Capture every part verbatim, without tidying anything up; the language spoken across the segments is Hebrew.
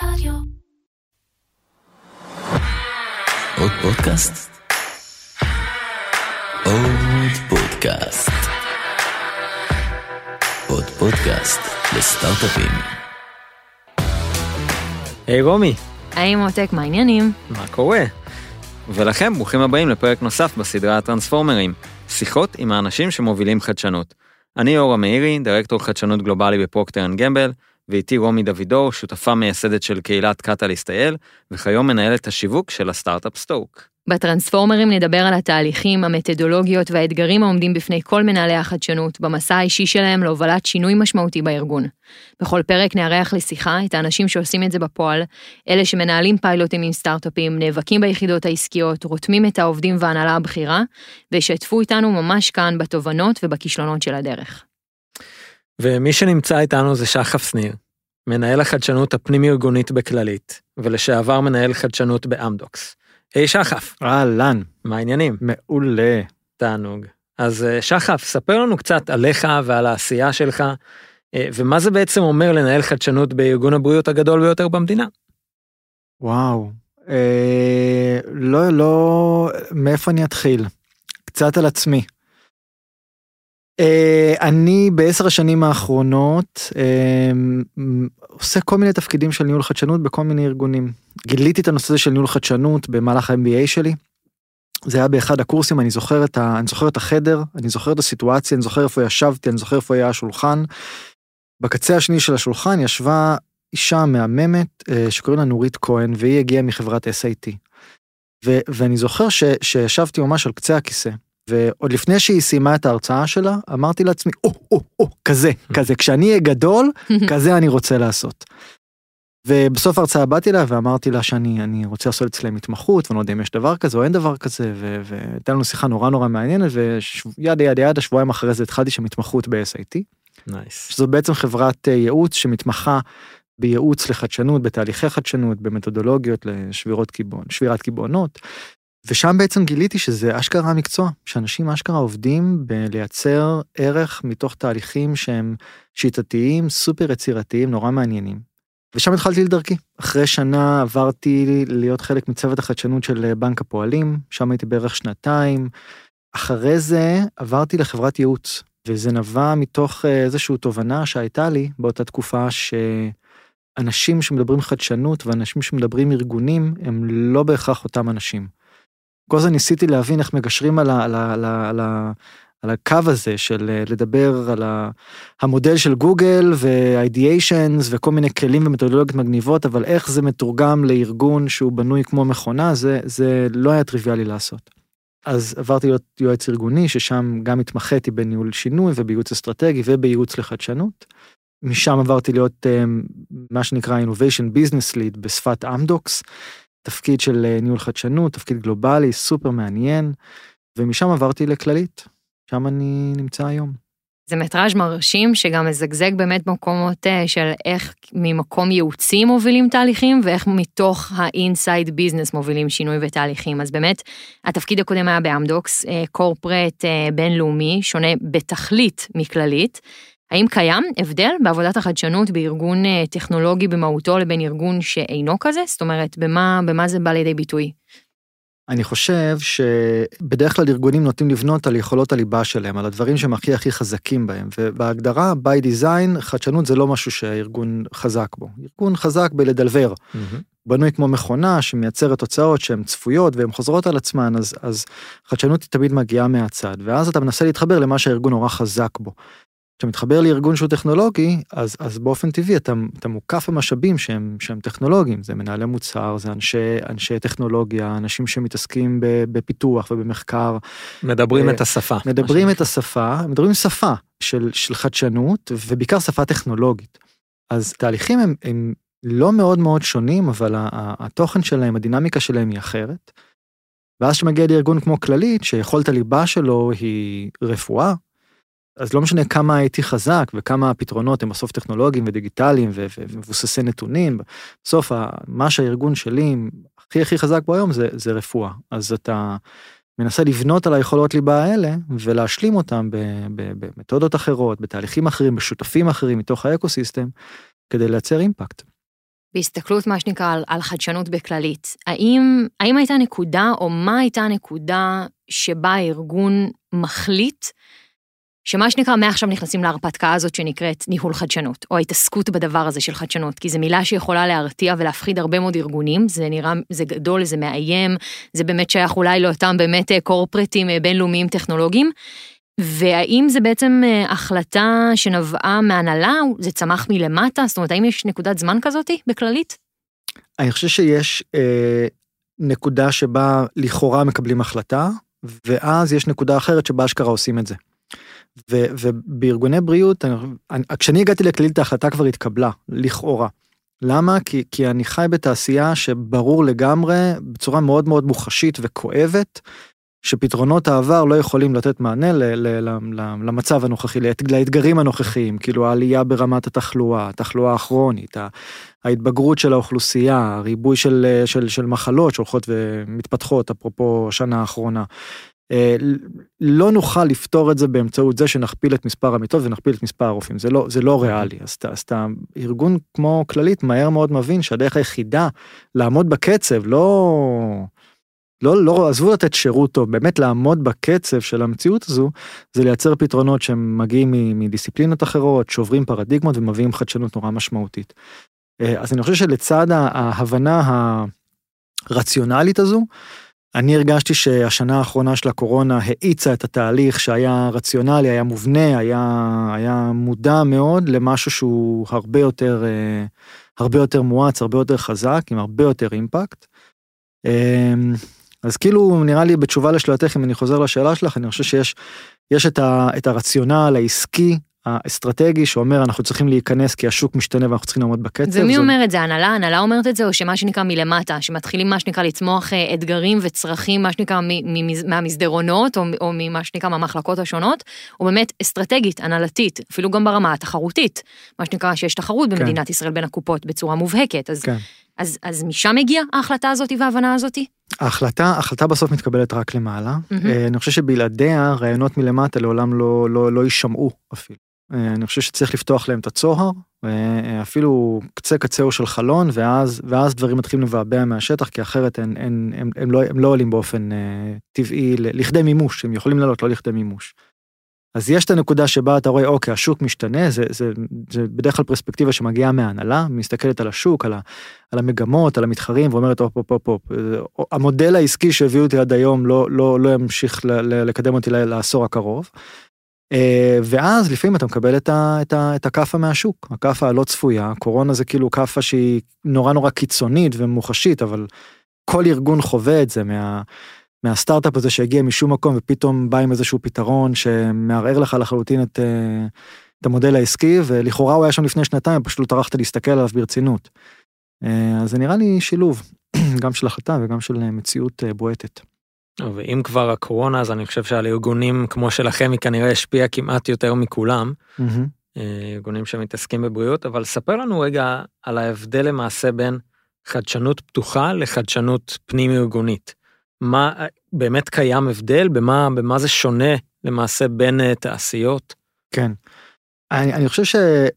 רדיו. עוד פודקאסט? עוד פודקאסט. עוד פודקאסט לסטארט-אפים. היי רומי. היי מותק, מה העניינים? מה קורה? ולכם, ברוכים הבאים לפרק נוסף בסדרה הטרנספורמרים, שיחות עם האנשים שמובילים חדשנות. אני אורה מאירי, דירקטור חדשנות גלובלי בפרוקטר אנד גמבל, ואיתי רומי דוידור, שותפה מייסדת של קהילת קטליסט אי אל, וכיום מנהלת השיווק של הסטארט-אפ סטוק. בטרנספורמרים נדבר על התהליכים, המתודולוגיות והאתגרים העומדים בפני כל מנהלי החדשנות, במסע האישי שלהם להובלת שינוי משמעותי בארגון. בכל פרק נארח לשיחה את האנשים שעושים את זה בפועל, אלה שמנהלים פיילוטים עם סטארט-אפים, נאבקים ביחידות העסקיות, רותמים את העובדים והנהלה הבכירה, וישתפו איתנו ממש כאן בתובנות ובכישלונות של הדרך. ומי שנמצא איתנו זה שחף שניר, מנהל החדשנות הפנימי-ארגונית בכללית, ולשעבר מנהל חדשנות באמדוקס. היי שחף. אהלן. מה העניינים? מעולה. תענוג. אז שחף, ספר לנו קצת עליך ועל העשייה שלך, ומה זה בעצם אומר לנהל חדשנות בארגון הבריאות הגדול ביותר במדינה? וואו. אה, לא, לא, מאיפה אני אתחיל? קצת על עצמי. אה, אני בעשר השנים האחרונות אה, עושה כל מיני תפקידים של ניהול חדשנות בכל מיני ארגונים. גיליתי את הנושא הזה של ניהול חדשנות במהלך ה-אם בי איי שלי. זה היה באחד הקורסים, אני זוכר את, ה, אני זוכר את החדר, אני זוכר את הסיטואציה, אני זוכר איפה ישבתי, אני זוכר איפה היה השולחן. בקצה השני של השולחן ישבה אישה מהממת שקוראים לה נורית כהן, והיא הגיעה מחברת אס איי טי. ו, ואני זוכר ש, שישבתי ממש על קצה הכיסא. ועוד לפני שהיא סיימה את ההרצאה שלה, אמרתי לעצמי, או, או, או, כזה, כזה, כשאני אהיה גדול, כזה אני רוצה לעשות. ובסוף ההרצאה באתי לה, ואמרתי לה שאני אני רוצה לעשות אצלם התמחות, ואני לא יודע אם יש דבר כזה או אין דבר כזה, והייתה לנו שיחה נורא נורא מעניינת, ויד יד יד, השבועיים אחרי זה התחלתי שם התמחות ב-אס איי טי. נייס. שזו בעצם חברת ייעוץ שמתמחה בייעוץ לחדשנות, בתהליכי חדשנות, במתודולוגיות לשבירות קיבעון, שבירת קיבעונות. ושם בעצם גיליתי שזה אשכרה המקצוע, שאנשים אשכרה עובדים בלייצר ערך מתוך תהליכים שהם שיטתיים, סופר יצירתיים, נורא מעניינים. ושם התחלתי לדרכי. אחרי שנה עברתי להיות חלק מצוות החדשנות של בנק הפועלים, שם הייתי בערך שנתיים. אחרי זה עברתי לחברת ייעוץ, וזה נבע מתוך איזושהי תובנה שהייתה לי באותה תקופה שאנשים שמדברים חדשנות ואנשים שמדברים ארגונים הם לא בהכרח אותם אנשים. כל זה ניסיתי להבין איך מגשרים על, ה, על, ה, על, ה, על, ה, על הקו הזה של לדבר על ה, המודל של גוגל ו-ideations וכל מיני כלים ומתודולוגיות מגניבות, אבל איך זה מתורגם לארגון שהוא בנוי כמו מכונה, זה, זה לא היה טריוויאלי לעשות. אז עברתי להיות יועץ ארגוני, ששם גם התמחיתי בניהול שינוי ובייעוץ אסטרטגי ובייעוץ לחדשנות. משם עברתי להיות מה שנקרא Innovation Business Lead בשפת אמדוקס, תפקיד של ניהול חדשנות, תפקיד גלובלי, סופר מעניין, ומשם עברתי לכללית, שם אני נמצא היום. זה מטראז' מרשים שגם מזגזג באמת במקומות של איך ממקום ייעוצי מובילים תהליכים, ואיך מתוך ה-inside business מובילים שינוי ותהליכים. אז באמת, התפקיד הקודם היה באמדוקס, קורפרט בינלאומי, שונה בתכלית מכללית. האם קיים הבדל בעבודת החדשנות בארגון טכנולוגי במהותו לבין ארגון שאינו כזה? זאת אומרת, במה, במה זה בא לידי ביטוי? אני חושב שבדרך כלל ארגונים נוטים לבנות על יכולות הליבה שלהם, על הדברים שהם הכי הכי חזקים בהם, ובהגדרה, by design, חדשנות זה לא משהו שהארגון חזק בו. ארגון חזק בלדלבר. Mm-hmm. בנוי כמו מכונה שמייצרת תוצאות שהן צפויות והן חוזרות על עצמן, אז, אז חדשנות היא תמיד מגיעה מהצד, ואז אתה מנסה להתחבר למה שהארגון נורא חזק בו. כשמתחבר לארגון שהוא טכנולוגי, אז, אז באופן טבעי אתה, אתה מוקף במשאבים שהם, שהם טכנולוגיים, זה מנהלי מוצר, זה אנשי, אנשי טכנולוגיה, אנשים שמתעסקים בפיתוח ובמחקר. מדברים את השפה. מדברים את השפה, מדברים שפה של, של חדשנות, ובעיקר שפה טכנולוגית. אז תהליכים הם, הם לא מאוד מאוד שונים, אבל התוכן שלהם, הדינמיקה שלהם היא אחרת. ואז שמגיע לארגון כמו כללית, שיכולת הליבה שלו היא רפואה, אז לא משנה כמה הייתי חזק, וכמה הפתרונות הם בסוף טכנולוגיים ודיגיטליים, ומבוססי נתונים, בסוף מה שהארגון שלי הכי הכי חזק בו היום זה, זה רפואה. אז אתה מנסה לבנות על היכולות ליבה האלה, ולהשלים אותם במתודות אחרות, בתהליכים אחרים, בשותפים אחרים, מתוך האקוסיסטם, כדי לייצר אימפקט. בהסתכלות מה שנקרא על, על חדשנות בכללית, האם, האם הייתה נקודה או מה הייתה הנקודה שבה הארגון מחליט שמה שנקרא מעכשיו נכנסים להרפתקה הזאת שנקראת ניהול חדשנות, או ההתעסקות בדבר הזה של חדשנות, כי זו מילה שיכולה להרתיע ולהפחיד הרבה מאוד ארגונים, זה נראה, זה גדול, זה מאיים, זה באמת שייך אולי לאותם באמת קורפרטים בינלאומיים טכנולוגיים, והאם זה בעצם החלטה שנבעה מהנהלה, זה צמח מלמטה, זאת אומרת, האם יש נקודת זמן כזאת בכללית? אני חושב שיש אה, נקודה שבה לכאורה מקבלים החלטה, ואז יש נקודה אחרת שבה אשכרה עושים את זה. ו, ובארגוני בריאות, אני, כשאני הגעתי לכללית, ההחלטה כבר התקבלה, לכאורה. למה? כי, כי אני חי בתעשייה שברור לגמרי, בצורה מאוד מאוד מוחשית וכואבת, שפתרונות העבר לא יכולים לתת מענה ל, ל, ל, ל, למצב הנוכחי, לאתגרים הנוכחיים, כאילו העלייה ברמת התחלואה, התחלואה הכרונית, ההתבגרות של האוכלוסייה, הריבוי של, של, של מחלות שהולכות ומתפתחות, אפרופו השנה האחרונה. לא נוכל לפתור את זה באמצעות זה שנכפיל את מספר המיטות ונכפיל את מספר הרופאים, זה לא, זה לא ריאלי. אז, אז הארגון כמו כללית מהר מאוד מבין שהדרך היחידה לעמוד בקצב, לא, לא, לא, עזבו לתת שירות טוב, באמת לעמוד בקצב של המציאות הזו, זה לייצר פתרונות שהם מגיעים מדיסציפלינות אחרות, שוברים פרדיגמות ומביאים חדשנות נורא משמעותית. אז אני חושב שלצד ההבנה הרציונלית הזו, אני הרגשתי שהשנה האחרונה של הקורונה האיצה את התהליך שהיה רציונלי, היה מובנה, היה, היה מודע מאוד למשהו שהוא הרבה יותר, הרבה יותר מואץ, הרבה יותר חזק, עם הרבה יותר אימפקט. אז כאילו נראה לי בתשובה לשאלתך, אם אני חוזר לשאלה שלך, אני חושב שיש יש את, ה, את הרציונל העסקי, האסטרטגי שאומר אנחנו צריכים להיכנס כי השוק משתנה ואנחנו צריכים לעמוד בקצב. ומי זה... אומר את זה? הנהלה? הנהלה אומרת את זה או שמה שנקרא מלמטה, שמתחילים מה שנקרא לצמוח אתגרים וצרכים, מה שנקרא מהמסדרונות או, או ממה שנקרא מהמחלקות השונות, או באמת אסטרטגית, הנהלתית, אפילו גם ברמה התחרותית, מה שנקרא שיש תחרות במדינת כן. ישראל בין הקופות בצורה מובהקת, אז, כן. אז, אז משם הגיעה ההחלטה הזאת וההבנה הזאת? ההחלטה, ההחלטה בסוף מתקבלת רק למעלה. Mm-hmm. אני חושב שבלעדיה רעיונות מלמטה לעולם לא, לא, לא יישמעו אפילו. אני חושב שצריך לפתוח להם את הצוהר, אפילו קצה קצהו של חלון, ואז, ואז דברים מתחילים לבעבע מהשטח, כי אחרת הם, הם, הם, הם, לא, הם לא עולים באופן טבעי לכדי מימוש, הם יכולים לעלות לא לכדי מימוש. אז יש את הנקודה שבה אתה רואה, אוקיי, השוק משתנה, זה, זה, זה בדרך כלל פרספקטיבה שמגיעה מההנהלה, מסתכלת על השוק, על, ה, על המגמות, על המתחרים, ואומרת, אופ, אופ, אופ, אופ, המודל העסקי שהביאו אותי עד היום לא, לא, לא ימשיך לקדם אותי לעשור הקרוב, ואז לפעמים אתה מקבל את, ה, את, ה, את הקפה מהשוק, הקפה הלא צפויה, הקורונה זה כאילו קפה שהיא נורא נורא קיצונית ומוחשית, אבל כל ארגון חווה את זה מה... מהסטארט-אפ הזה שהגיע משום מקום, ופתאום בא עם איזשהו פתרון שמערער לך לחלוטין את, את המודל העסקי, ולכאורה הוא היה שם לפני שנתיים, פשוט לא טרחת להסתכל עליו ברצינות. אז זה נראה לי שילוב, גם של החלטה וגם של מציאות בועטת. ואם כבר הקורונה, אז אני חושב שעל ארגונים כמו שלכם, היא כנראה השפיעה כמעט יותר מכולם, ארגונים שמתעסקים בבריאות, אבל ספר לנו רגע על ההבדל למעשה בין חדשנות פתוחה לחדשנות פנים-ארגונית. מה באמת קיים הבדל, במה, במה זה שונה למעשה בין תעשיות? כן, אני, אני חושב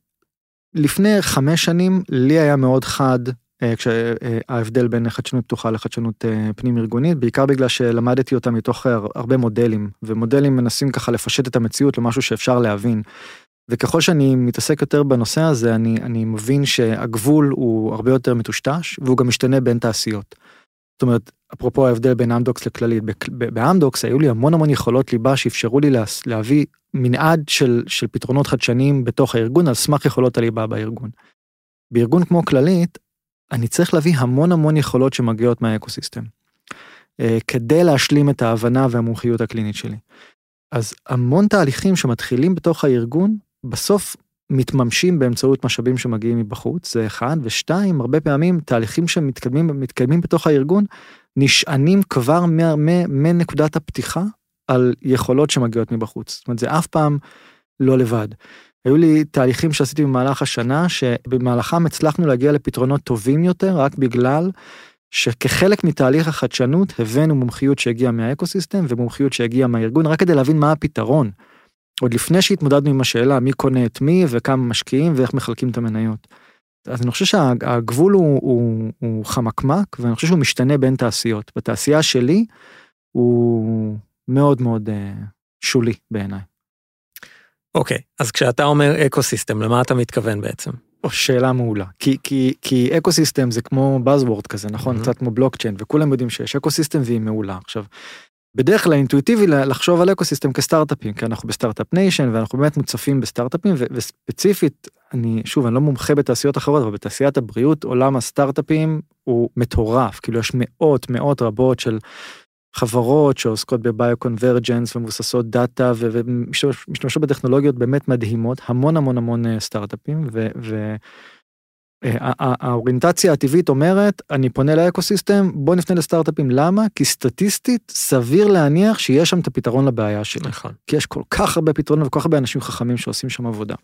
שלפני חמש שנים לי היה מאוד חד, כשההבדל בין חדשנות פתוחה לחדשנות פנים ארגונית, בעיקר בגלל שלמדתי אותה מתוך הרבה מודלים, ומודלים מנסים ככה לפשט את המציאות למשהו שאפשר להבין, וככל שאני מתעסק יותר בנושא הזה, אני, אני מבין שהגבול הוא הרבה יותר מטושטש, והוא גם משתנה בין תעשיות. זאת אומרת, אפרופו ההבדל בין אמדוקס לכללית, באמדוקס היו לי המון המון יכולות ליבה שאפשרו לי להביא מנעד של, של פתרונות חדשניים בתוך הארגון, על סמך יכולות הליבה בארגון. בארגון כמו כללית, אני צריך להביא המון המון יכולות שמגיעות מהאקוסיסטם, כדי להשלים את ההבנה והמומחיות הקלינית שלי. אז המון תהליכים שמתחילים בתוך הארגון, בסוף מתממשים באמצעות משאבים שמגיעים מבחוץ, זה אחד, ושתיים, הרבה פעמים תהליכים שמתקדמים מתקדמים בתוך הארגון, נשענים כבר מנקודת הפתיחה על יכולות שמגיעות מבחוץ. זאת אומרת, זה אף פעם לא לבד. היו לי תהליכים שעשיתי במהלך השנה, שבמהלכם הצלחנו להגיע לפתרונות טובים יותר, רק בגלל שכחלק מתהליך החדשנות, הבאנו מומחיות שהגיעה מהאקוסיסטם, ומומחיות שהגיעה מהארגון, רק כדי להבין מה הפתרון. עוד לפני שהתמודדנו עם השאלה, מי קונה את מי, וכמה משקיעים, ואיך מחלקים את המניות. אז אני חושב שהגבול הוא, הוא, הוא חמקמק, ואני חושב שהוא משתנה בין תעשיות. בתעשייה שלי הוא מאוד מאוד שולי בעיניי. אוקיי, אז כשאתה אומר אקוסיסטם, למה אתה מתכוון בעצם? שאלה מעולה, כי, כי, כי אקוסיסטם זה כמו buzzword כזה, נכון? Mm-hmm. קצת כמו בלוקצ'יין, וכולם יודעים שיש אקוסיסטם והיא מעולה. עכשיו, בדרך כלל אינטואיטיבי לחשוב על אקוסיסטם כסטארט-אפים, כי אנחנו בסטארט-אפ ניישן, ואנחנו באמת מוצפים בסטארט-אפים, ו- וספציפית, אני, שוב, אני לא מומחה בתעשיות אחרות, אבל בתעשיית הבריאות, עולם הסטארט-אפים הוא מטורף, כאילו יש מאות, מאות רבות של חברות שעוסקות בביו-קונברג'נס, ומבוססות דאטה, ומשתמשות בטכנולוגיות באמת מדהימות, המון המון המון סטארט-אפים, ו... ו- האוריינטציה הטבעית אומרת, אני פונה לאקוסיסטם, בוא נפנה לסטארט-אפים, למה? כי סטטיסטית סביר להניח שיש שם את הפתרון לבעיה שלי. נכון. כי יש כל כך הרבה פתרונות וכל כך הרבה אנשים חכמים שעושים שם עבודה.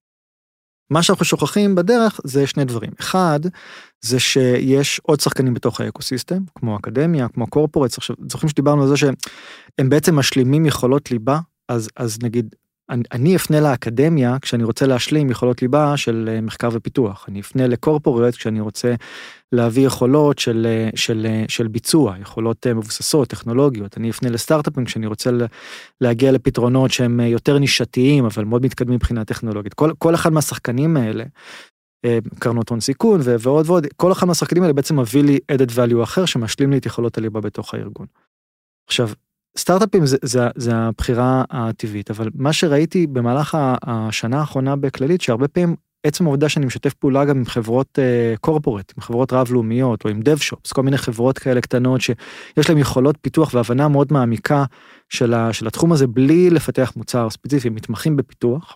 מה שאנחנו שוכחים בדרך זה שני דברים. אחד, זה שיש עוד שחקנים בתוך האקוסיסטם, כמו אקדמיה, כמו קורפורטס. עכשיו, זוכרים שדיברנו על זה שהם בעצם משלימים יכולות ליבה, אז, אז נגיד, אני, אני אפנה לאקדמיה כשאני רוצה להשלים יכולות ליבה של מחקר ופיתוח. אני אפנה לקורפורט כשאני רוצה להביא יכולות של, של, של ביצוע, יכולות מבוססות, טכנולוגיות. אני אפנה לסטארט-אפים כשאני רוצה להגיע לפתרונות שהם יותר נישתיים, אבל מאוד מתקדמים מבחינה טכנולוגית. כל, כל אחד מהשחקנים האלה, קרנות הון סיכון ועוד ועוד, כל אחד מהשחקנים האלה בעצם מביא לי added value אחר, שמשלים לי את יכולות הליבה בתוך הארגון. עכשיו, סטארט-אפים זה, זה, זה הבחירה הטבעית, אבל מה שראיתי במהלך השנה האחרונה בכללית, שהרבה פעמים עצם העובדה שאני משתף פעולה גם עם חברות קורפורט, עם חברות רב-לאומיות, או עם DevShops, כל מיני חברות כאלה קטנות, שיש להם יכולות פיתוח והבנה מאוד מעמיקה של, ה, של התחום הזה, בלי לפתח מוצר ספציפי, מתמחים בפיתוח.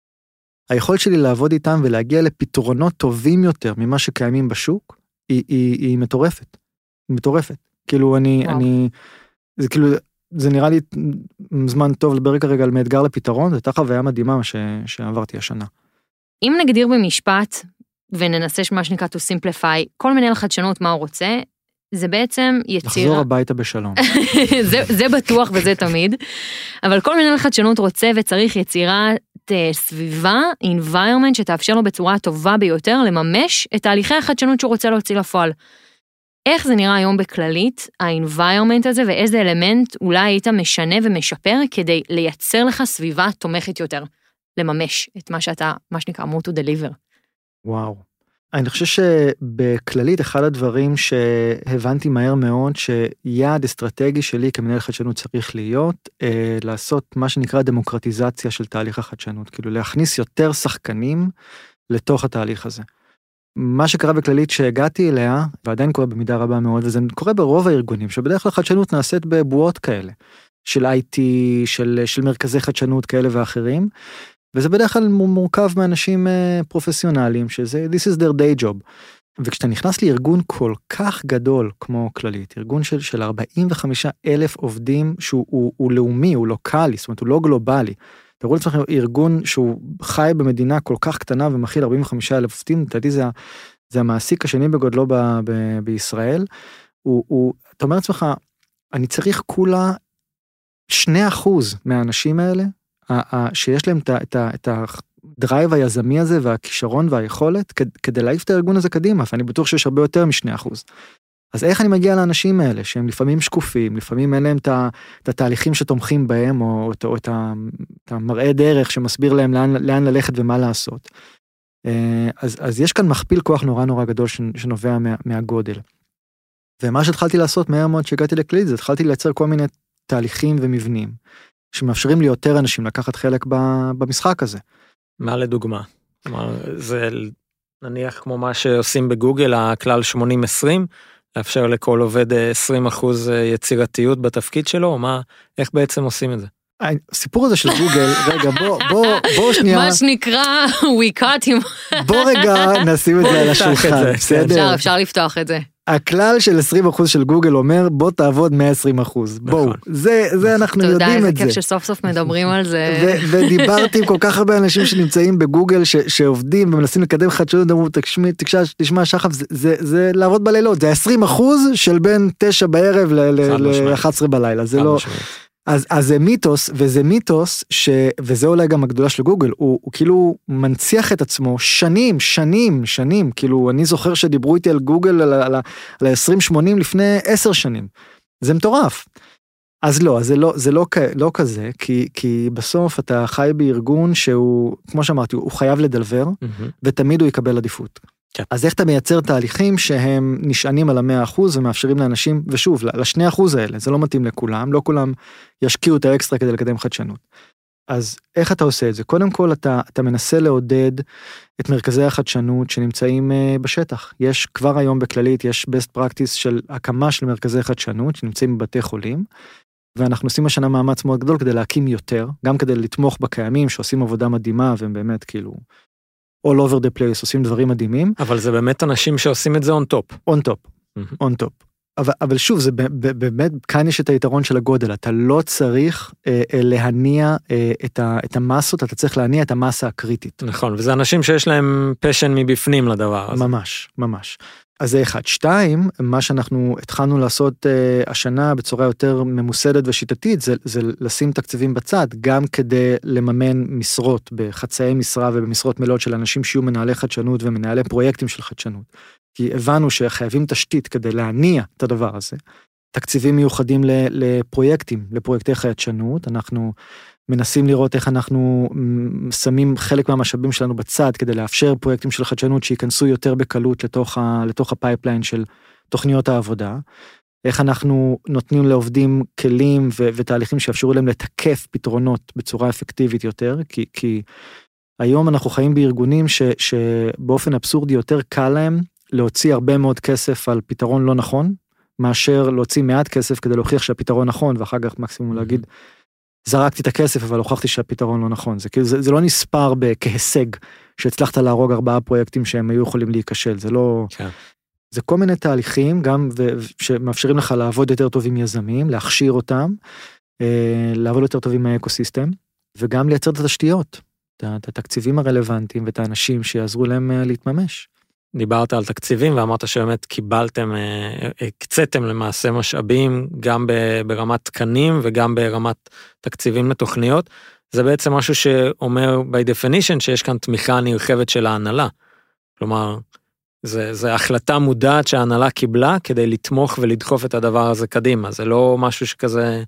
היכולת שלי לעבוד איתם ולהגיע לפתרונות טובים יותר ממה שקיימים בשוק, היא, היא, היא מטורפת. היא מטורפת. כאילו אני, אני, זה כאילו, זה נראה לי זמן טוב לדבר כרגע על מאתגר לפתרון, זו הייתה חוויה מדהימה ש, שעברתי השנה. אם נגדיר במשפט, וננסה מה שנקרא to simplify, כל מנהל חדשנות מה הוא רוצה, זה בעצם יצירה... לחזור הביתה בשלום. זה, זה בטוח וזה תמיד, אבל כל מנהל חדשנות רוצה וצריך יצירת סביבה, environment, שתאפשר לו בצורה הטובה ביותר, לממש את תהליכי החדשנות שהוא רוצה להוציא לפועל. איך זה נראה היום בכללית, ה-environment הזה, ואיזה אלמנט אולי היית משנה ומשפר, כדי לייצר לך סביבה תומכת יותר, לממש את מה שאתה, מה שנקרא, אמור to deliver. וואו. אני חושב שבכללית, אחד הדברים שהבנתי מהר מאוד, שיעד אסטרטגי שלי כמנהל חדשנות צריך להיות, אה, לעשות מה שנקרא דמוקרטיזציה של תהליך החדשנות, כאילו להכניס יותר שחקנים לתוך התהליך הזה. מה שקרה בכללית שהגעתי אליה, ועדיין קורה במידה רבה מאוד, וזה קורה ברוב הארגונים, שבדרך כלל חדשנות נעשית בבועות כאלה, של איי טי, של, של מרכזי חדשנות כאלה ואחרים, וזה בדרך כלל מורכב מאנשים פרופסיונליים, שזה this is their day job. וכשאתה נכנס לארגון כל כך גדול כמו כללית, ארגון של, של ארבעים וחמישה אלף עובדים, שהוא הוא, הוא לאומי, הוא לוקלי, זאת אומרת, הוא לא גלובלי. תראו לעצמכם, ארגון שהוא חי במדינה כל כך קטנה ומכיל ארבעים וחמישה אלף עובדים, תדעי, זה, זה המעסיק השני בגודלו ב, ב, בישראל. הוא, הוא, אתה אומר לעצמך, אני צריך כולה שני אחוז מהאנשים האלה, שיש להם את הדרייב היזמי הזה והכישרון והיכולת כדי להעיף את הארגון הזה קדימה, ואני בטוח שיש הרבה יותר משני אחוז. אז איך אני מגיע לאנשים האלה, שהם לפעמים שקופים, לפעמים אין להם את התהליכים שתומכים בהם, או את המראה דרך שמסביר להם לאן ללכת ומה לעשות. אז יש כאן מכפיל כוח נורא נורא גדול שנובע מהגודל. ומה שהתחלתי לעשות מהר מאוד שהגעתי לכללית, זה התחלתי לייצר כל מיני תהליכים ומבנים, שמאפשרים לי יותר אנשים לקחת חלק במשחק הזה. מה לדוגמה? זה נניח כמו מה שעושים בגוגל, הכלל שמונים עשרים, לאפשר לכל עובד עשרים אחוז יצירתיות בתפקיד שלו, או מה, איך בעצם עושים את זה? הסיפור הזה של גוגל, רגע, בוא, בוא, בוא שנייה. מה שנקרא, we cut him. בוא רגע נשים את זה על השולחן, בסדר? אפשר לפתוח את זה. הכלל של עשרים אחוז של גוגל אומר, בוא תעבוד מאה ועשרים אחוז. בואו, זה, זה אנחנו יודעים את זה. תודה, איזה כיף שסוף סוף מדברים על זה. ודיברתי עם כל כך הרבה אנשים שנמצאים בגוגל, שעובדים ומנסים לקדם חדשנות, אמרו, תשמע שחף, זה לעבוד בלילות, זה עשרים אחוז של בין תשע בערב ל-אחת עשרה בלילה, זה לא... אז, אז זה מיתוס, וזה מיתוס, ש, וזה אולי גם הגדולה של גוגל, הוא, הוא כאילו מנציח את עצמו שנים, שנים, שנים, כאילו אני זוכר שדיברו איתי על גוגל, על, על, על ה-עשרים שמונים לפני עשר שנים, זה מטורף. אז לא, אז זה לא, זה לא, לא כזה, כי, כי בסוף אתה חי בארגון שהוא, כמו שאמרתי, הוא חייב לדלבר, mm-hmm. ותמיד הוא יקבל עדיפות. כן. אז איך אתה מייצר תהליכים שהם נשענים על המאה אחוז ומאפשרים לאנשים, ושוב, לשני אחוז האלה, זה לא מתאים לכולם, לא כולם ישקיעו את האקסטרה כדי לקדם חדשנות. אז איך אתה עושה את זה? קודם כל אתה, אתה מנסה לעודד את מרכזי החדשנות שנמצאים uh, בשטח. יש כבר היום בכללית, יש best practice של הקמה של מרכזי חדשנות שנמצאים בבתי חולים, ואנחנו עושים השנה מאמץ מאוד גדול כדי להקים יותר, גם כדי לתמוך בקיימים שעושים עבודה מדהימה, והם באמת כאילו all over the place, עושים דברים מדהימים. אבל זה באמת אנשים שעושים את זה on top. on top, mm-hmm. on top. אבל, אבל שוב, זה באמת, כאן יש את היתרון של הגודל, אתה לא צריך אה, להניע אה, את, ה, את המסות, אתה צריך להניע את המסה הקריטית. נכון, וזה אנשים שיש להם פשן מבפנים לדבר הזה. ממש, ממש. אז זה אחד. שתיים, מה שאנחנו התחלנו לעשות אה, השנה בצורה יותר ממוסדת ושיטתית, זה, זה לשים תקציבים בצד, גם כדי לממן משרות בחצאי משרה ובמשרות מלאות של אנשים שיהיו מנהלי חדשנות ומנהלי פרויקטים של חדשנות. כי הבנו שחייבים תשתית כדי להניע את הדבר הזה. תקציבים מיוחדים לפרויקטים, לפרויקטי חדשנות, אנחנו מנסים לראות איך אנחנו שמים חלק מהמשאבים שלנו בצד, כדי לאפשר פרויקטים של חדשנות שייכנסו יותר בקלות לתוך, ה, לתוך הפייפליין של תוכניות העבודה, איך אנחנו נותנים לעובדים כלים ו, ותהליכים שאפשרו להם לתקף פתרונות בצורה אפקטיבית יותר, כי, כי היום אנחנו חיים בארגונים ש, שבאופן אבסורדי יותר קל להם להוציא הרבה מאוד כסף על פתרון לא נכון, מאשר להוציא מעט כסף כדי להוכיח שהפתרון נכון, ואחר כך מקסימום להגיד, זרקתי את הכסף, אבל הוכחתי שהפתרון לא נכון. זה, זה, זה לא נספר כהישג, שהצלחת להרוג ארבעה פרויקטים שהם היו יכולים להיכשל. זה לא, כן. זה כל מיני תהליכים, גם ו, שמאפשרים לך לעבוד יותר טוב עם יזמים, להכשיר אותם, אה, לעבוד יותר טוב עם האקוסיסטם, וגם לייצר את התשתיות, את התקציבים הרלוונטיים, ואת האנשים שיעזרו להם אה, להתממש. דיברת על תקציבים, ואמרת שבאמת קיבלתם, הקציתם למעשה משאבים, גם ברמת תקנים, וגם ברמת תקציבים לתוכניות. זה בעצם משהו שאומר, by definition, שיש כאן תמיכה נרחבת של ההנהלה. כלומר, זה, זה החלטה מודעת שההנהלה קיבלה, כדי לתמוך ולדחוף את הדבר הזה קדימה. זה לא משהו שכזה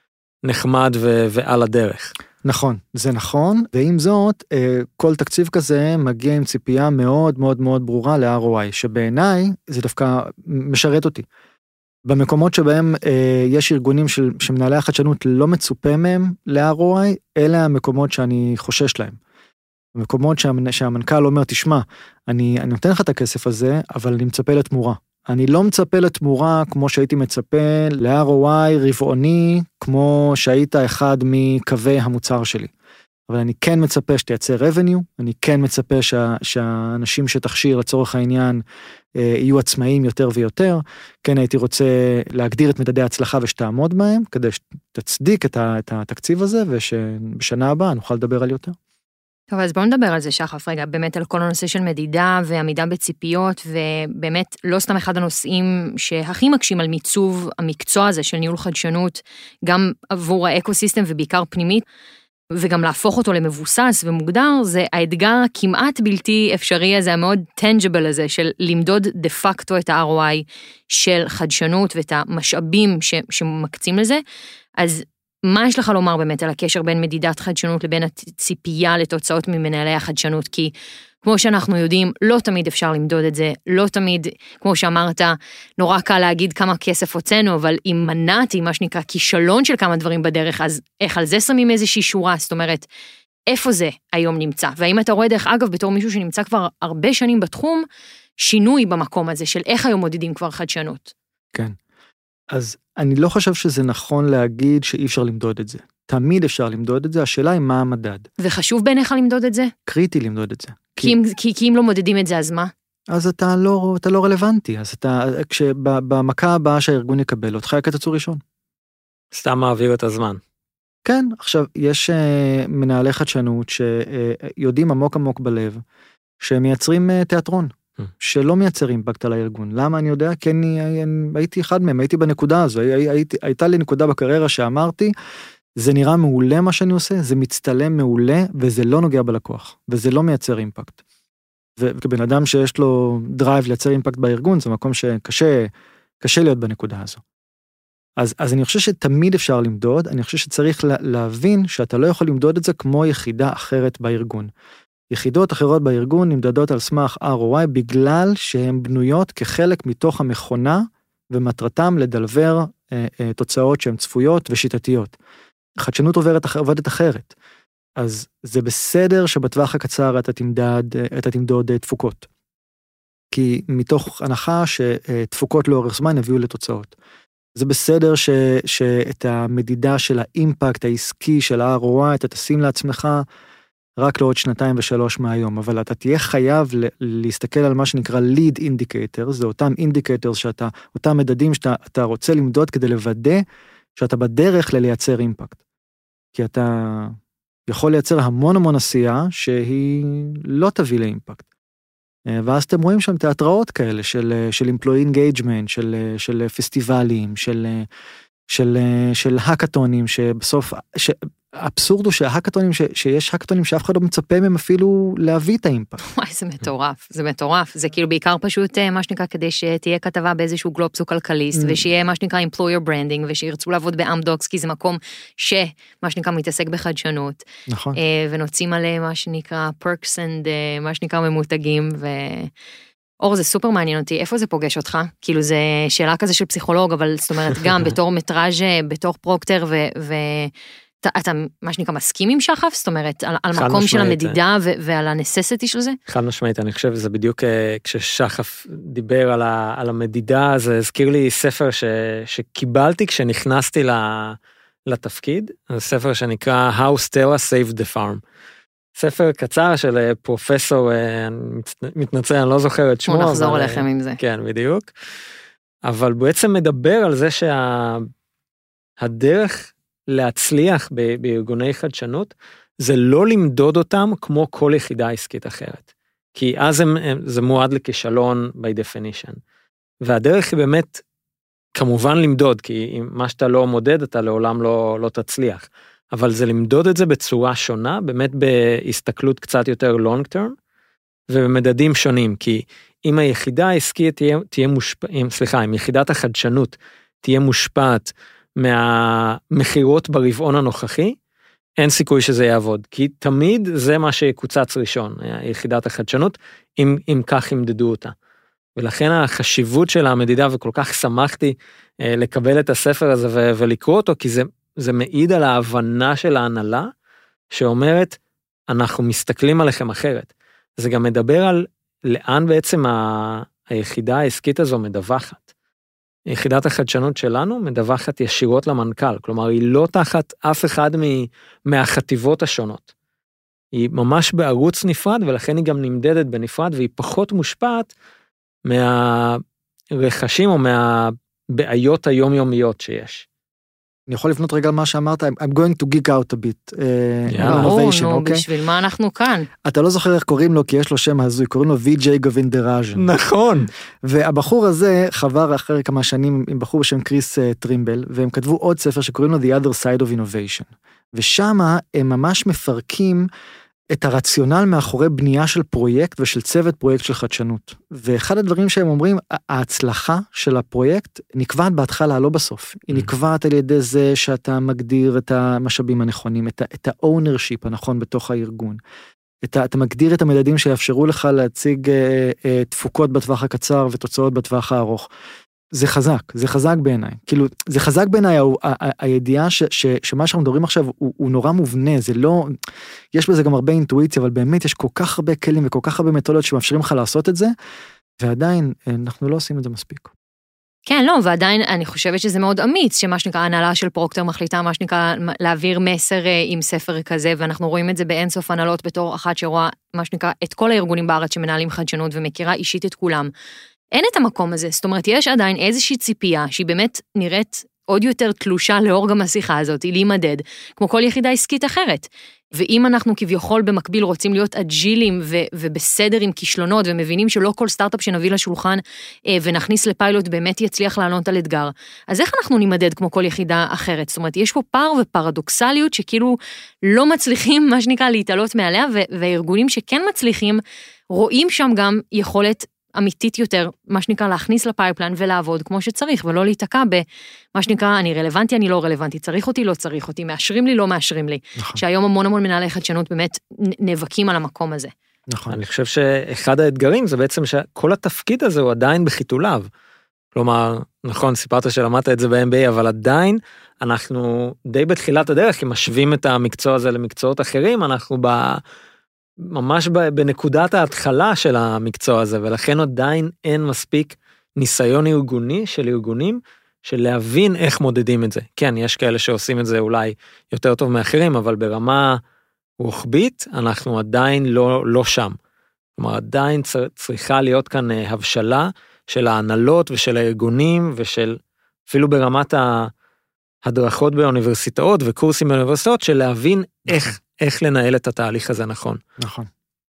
נחמד ו, ועל הדרך. נכון, זה נכון, ועם זאת, כל תקציב כזה מגיע עם ציפייה מאוד מאוד מאוד ברורה ל-אר או איי, שבעיניי זה דווקא משרת אותי. במקומות שבהם יש ארגונים של, שמנהלי החדשנות לא מצופה מהם ל-אר או איי, אלה המקומות שאני חושש להם. במקומות שהמנכ"ל אומר, תשמע, אני, אני נותן לך את הכסף הזה, אבל אני מצפה לתמורה. אני לא מצפה לתמורה כמו שהייתי מצפה ל-אר או איי רבעוני, כמו שהיית אחד מקווי המוצר שלי. אבל אני כן מצפה שתייצר revenue, אני כן מצפה שה, שהאנשים שתכשיר לצורך העניין אה, יהיו עצמאיים יותר ויותר, כן הייתי רוצה להגדיר את מדדי ההצלחה ושתעמוד בהם, כדי שתצדיק את, ה, את התקציב הזה, ושבשנה הבאה נוכל לדבר על יותר. טוב, אז בואו נדבר על זה שחף, רגע, באמת על כל הנושא של מדידה ועמידה בציפיות, ובאמת לא סתם אחד הנושאים שהכי מקשים על מיצוב המקצוע הזה של ניהול חדשנות, גם עבור האקוסיסטם ובעיקר פנימית, וגם להפוך אותו למבוסס ומוגדר, זה האתגר כמעט בלתי אפשרי הזה, המאוד tangible הזה, של למדוד דה פקטו את ה-אר או איי של חדשנות ואת המשאבים ש- שמקצים לזה, אז מה יש לך לומר באמת על הקשר בין מדידת חדשנות לבין הציפייה לתוצאות ממנהלי החדשנות? כי כמו שאנחנו יודעים, לא תמיד אפשר למדוד את זה, לא תמיד, כמו שאמרת, נורא קל להגיד כמה כסף הוצאנו, אבל אם מנעתי, מה שנקרא, כישלון של כמה דברים בדרך, אז איך על זה שמים איזושהי שורה? זאת אומרת, איפה זה היום נמצא? והאם אתה רואה דרך אגב, בתור מישהו שנמצא כבר הרבה שנים בתחום, שינוי במקום הזה של איך היום מודדים כבר חדשנות? כן. אז אני לא חושב שזה נכון להגיד שאי אפשר למדוד את זה. תמיד אפשר למדוד את זה, השאלה היא מה המדד. וחשוב בעיניך למדוד את זה? קריטי למדוד את זה. כי, כי, אם, כי, כי אם לא מודדים את זה, אז מה? אז אתה לא, אתה לא רלוונטי, אז אתה, כשבמכה הבאה שהארגון יקבל, אותך יקצצו ראשון. סתם מעביר את הזמן. כן, עכשיו, יש uh, מנהלי חדשנות שיודעים עמוק עמוק בלב, שהם מייצרים uh, תיאטרון. שלא מייצר אימפקט על הארגון. למה אני יודע? כי אני, אני הייתי אחד מהם, הייתי בנקודה הזו, הי, הייתי, הייתה לי נקודה בקריירה שאמרתי, זה נראה מעולה מה שאני עושה, זה מצטלם מעולה, וזה לא נוגע בלקוח, וזה לא מייצר אימפקט. וכבן אדם שיש לו דרייב לייצר אימפקט בארגון, זה מקום שקשה, קשה להיות בנקודה הזו. אז, אז אני חושב שתמיד אפשר למדוד, אני חושב שצריך לה, להבין שאתה לא יכול למדוד את זה כמו יחידה אחרת בארגון. יחידות אחרות בארגון נמדדות על סמך אר או איי, בגלל שהן בנויות כחלק מתוך המכונה, ומטרתם לדלבר אה, אה, תוצאות שהן צפויות ושיטתיות. חדשנות עוברת, עובדת אחרת. אז זה בסדר שבטווח הקצר אתה תמדד, אתה תמדוד תפוקות. כי מתוך הנחה שתפוקות לאורך זמן יביאו לתוצאות. זה בסדר ש, שאת המדידה של האימפקט העסקי של ה-אר או איי אתה תשים לעצמך רק לעוד שנתיים ושלוש מהיום, אבל אתה תהיה חייב להסתכל על מה שנקרא lead indicator, זה אותם indicators שאתה, אותם מדדים שאתה רוצה למדוד כדי לוודא שאתה בדרך ללייצר אימפקט. כי אתה יכול לייצר המון המון עשייה שהיא לא תביא לאימפקט. ואז אתם רואים שם תיאטראות כאלה של, של employee engagement, של, של פסטיבלים, של, של, של הקטונים, שבסוף, האבסורד הוא שההקטונים, שיש הקטונים שאף אחד לא מצפה מהם אפילו להביא את האימפקט. וואי, זה מטורף, זה מטורף. זה כאילו בעיקר פשוט מה שנקרא כדי שתהיה כתבה באיזשהו גלובס או כלכליסט, ושיהיה מה שנקרא employer branding, ושירצו לעבוד באמדוקס, כי זה מקום שמה שנקרא מתעסק בחדשנות. נכון. ונוצאים עליהם מה שנקרא perks and מה שנקרא ממותגים, ו... אור, זה סופר מעניין אותי, איפה זה פוגש אותך? כאילו זה שאלה כזה של פסיכולוג, אבל זאת אומרת גם בתור מטראז', בתור פרוקטר, ו... ו... אתה, אתה מה שנקרא מסכים עם שחף? זאת אומרת, על, על מקום משמעית, של המדידה ו, ועל הנססיטי של זה? חד משמעית, אני חושב, זה בדיוק כששחף דיבר על, ה, על המדידה, זה הזכיר לי ספר ש, שקיבלתי כשנכנסתי לתפקיד, זה ספר שנקרא How Stella Saved the Farm. ספר קצר של פרופסור, אני מתנצל, אני לא זוכר את שמו. בוא נחזור אליכם עם זה. כן, בדיוק. אבל בעצם מדבר על זה שהדרך להצליח בארגוני חדשנות, זה לא למדוד אותם כמו כל יחידה עסקית אחרת. כי אז הם, זה מועד לכישלון by definition. והדרך היא באמת, כמובן למדוד, כי אם מה שאתה לא מודד, אתה לעולם לא, לא תצליח. אבל זה למדוד את זה בצורה שונה, באמת בהסתכלות קצת יותר long term, ובמדדים שונים, כי אם היחידה העסקית תהיה, תהיה מושפעת, סליחה, אם יחידת החדשנות תהיה מושפעת, מהמחירות ברבעון הנוכחי, אין סיכוי שזה יעבוד, כי תמיד זה מה שיקוצץ ראשון, יחידת החדשנות, אם, אם כך ימדדו אותה. ולכן החשיבות של המדידה, וכל כך שמחתי אה, לקבל את הספר הזה ו- ולקרוא אותו, כי זה, זה מעיד על ההבנה של ההנהלה, שאומרת, אנחנו מסתכלים עליכם אחרת. זה גם מדבר על לאן בעצם ה- היחידה העסקית הזו מדווחת. יחידת החדשנות שלנו מדווחת ישירות למנכ"ל, כלומר היא לא תחת אף אחד מהחטיבות השונות. היא ממש בערוץ נפרד, ולכן היא גם נמדדת בנפרד, והיא פחות מושפעת מהרכשים או מהבעיות היומיומיות שיש. אני יכול לפנות רגע על מה שאמרת, I'm going to geek out a bit. נו, נו, בשביל מה אנחנו כאן? אתה לא זוכר איך קוראים לו, כי יש לו שם הזוי, קוראים לו וי ג'יי גווינדראז'ן. נכון. והבחור הזה חבר אחרי כמה שנים עם בחור בשם קריס טרימבל, והם כתבו עוד ספר שקוראים לו The Other Side of Innovation. ושם הם ממש מפרקים את הרציונל מאחורי בנייה של פרויקט ושל צוות פרויקט של חדשנות. ואחד הדברים שהם אומרים, ההצלחה של הפרויקט נקבעת בהתחלה, לא בסוף. היא נקבעת על ידי זה שאתה מגדיר את המשאבים הנכונים, את ה-ownership הנכון בתוך הארגון. אתה מגדיר את המדדים שיאפשרו לך להציג תפוקות בטווח הקצר ותוצאות בטווח הארוך. זה חזק, זה חזק בעיניי. כאילו, זה חזק בעיניי, הידיעה ש, ש, שמה שאנחנו מדברים עכשיו הוא, הוא נורא מובנה, זה לא, יש בזה גם הרבה אינטואיציה, אבל באמת יש כל כך הרבה כלים וכל כך הרבה מתודות שמאפשרים לך לעשות את זה, ועדיין אנחנו לא עושים את זה מספיק. כן, לא, ועדיין אני חושבת שזה מאוד אמיץ, שמה שנקרא הנהלה של פרוקטר מחליטה, מה שנקרא להעביר מסר עם ספר כזה, ואנחנו רואים את זה באינסוף הנהלות בתור אחת שרואה, מה שנקרא, את כל הארגונים בארץ שמנהלים חדשנות ומכירה אישית את כולם. אין את המקום הזה, זאת אומרת, יש עדיין איזושהי ציפייה שהיא באמת נראית עוד יותר תלושה לאור גם השיחה הזאת, היא להימדד, כמו כל יחידה עסקית אחרת. ואם אנחנו כביכול במקביל רוצים להיות אג'ילים ו- ובסדר עם כישלונות, ומבינים שלא כל סטארט-אפ שנביא לשולחן אה, ונכניס לפיילוט באמת יצליח לענות על אתגר, אז איך אנחנו נימדד כמו כל יחידה אחרת? זאת אומרת, יש פה פער ופרדוקסליות שכאילו לא מצליחים, מה שנקרא, להתעלות מעליה, ו- והארגונים שכן מצליחים, רואים שם גם יכולת אמיתית יותר, מה שנקרא, להכניס לפייפליין ולעבוד כמו שצריך, ולא להתעקע במה שנקרא, אני רלוונטי, אני לא רלוונטי, צריך אותי, לא צריך אותי, מאשרים לי, לא מאשרים לי. נכון. שהיום המון המון מנהלי חדשנות באמת נאבקים על המקום הזה. נכון. אני חושב שאחד האתגרים זה בעצם שכל התפקיד הזה הוא עדיין בחיתוליו. כלומר, נכון, סיפרת שלמדת את זה ב-אם בי איי, אבל עדיין אנחנו די בתחילת הדרך, אם משווים את המקצוע הזה למקצועות אחרים, אנחנו ב... ממש בנקודת ההתחלה של המקצוע הזה, ולכן עדיין אין מספיק ניסיון ארגוני של ארגונים, של להבין איך מודדים את זה. כן, יש כאלה שעושים את זה אולי יותר טוב מאחרים, אבל ברמה רוחבית, אנחנו עדיין לא, לא שם. כלומר, עדיין צריכה להיות כאן הבשלה של ההנהלות ושל הארגונים, ושל אפילו ברמת ההדרכות באוניברסיטאות וקורסים באוניברסיטאות, של להבין איך איך לנהל את התהליך הזה נכון. נכון.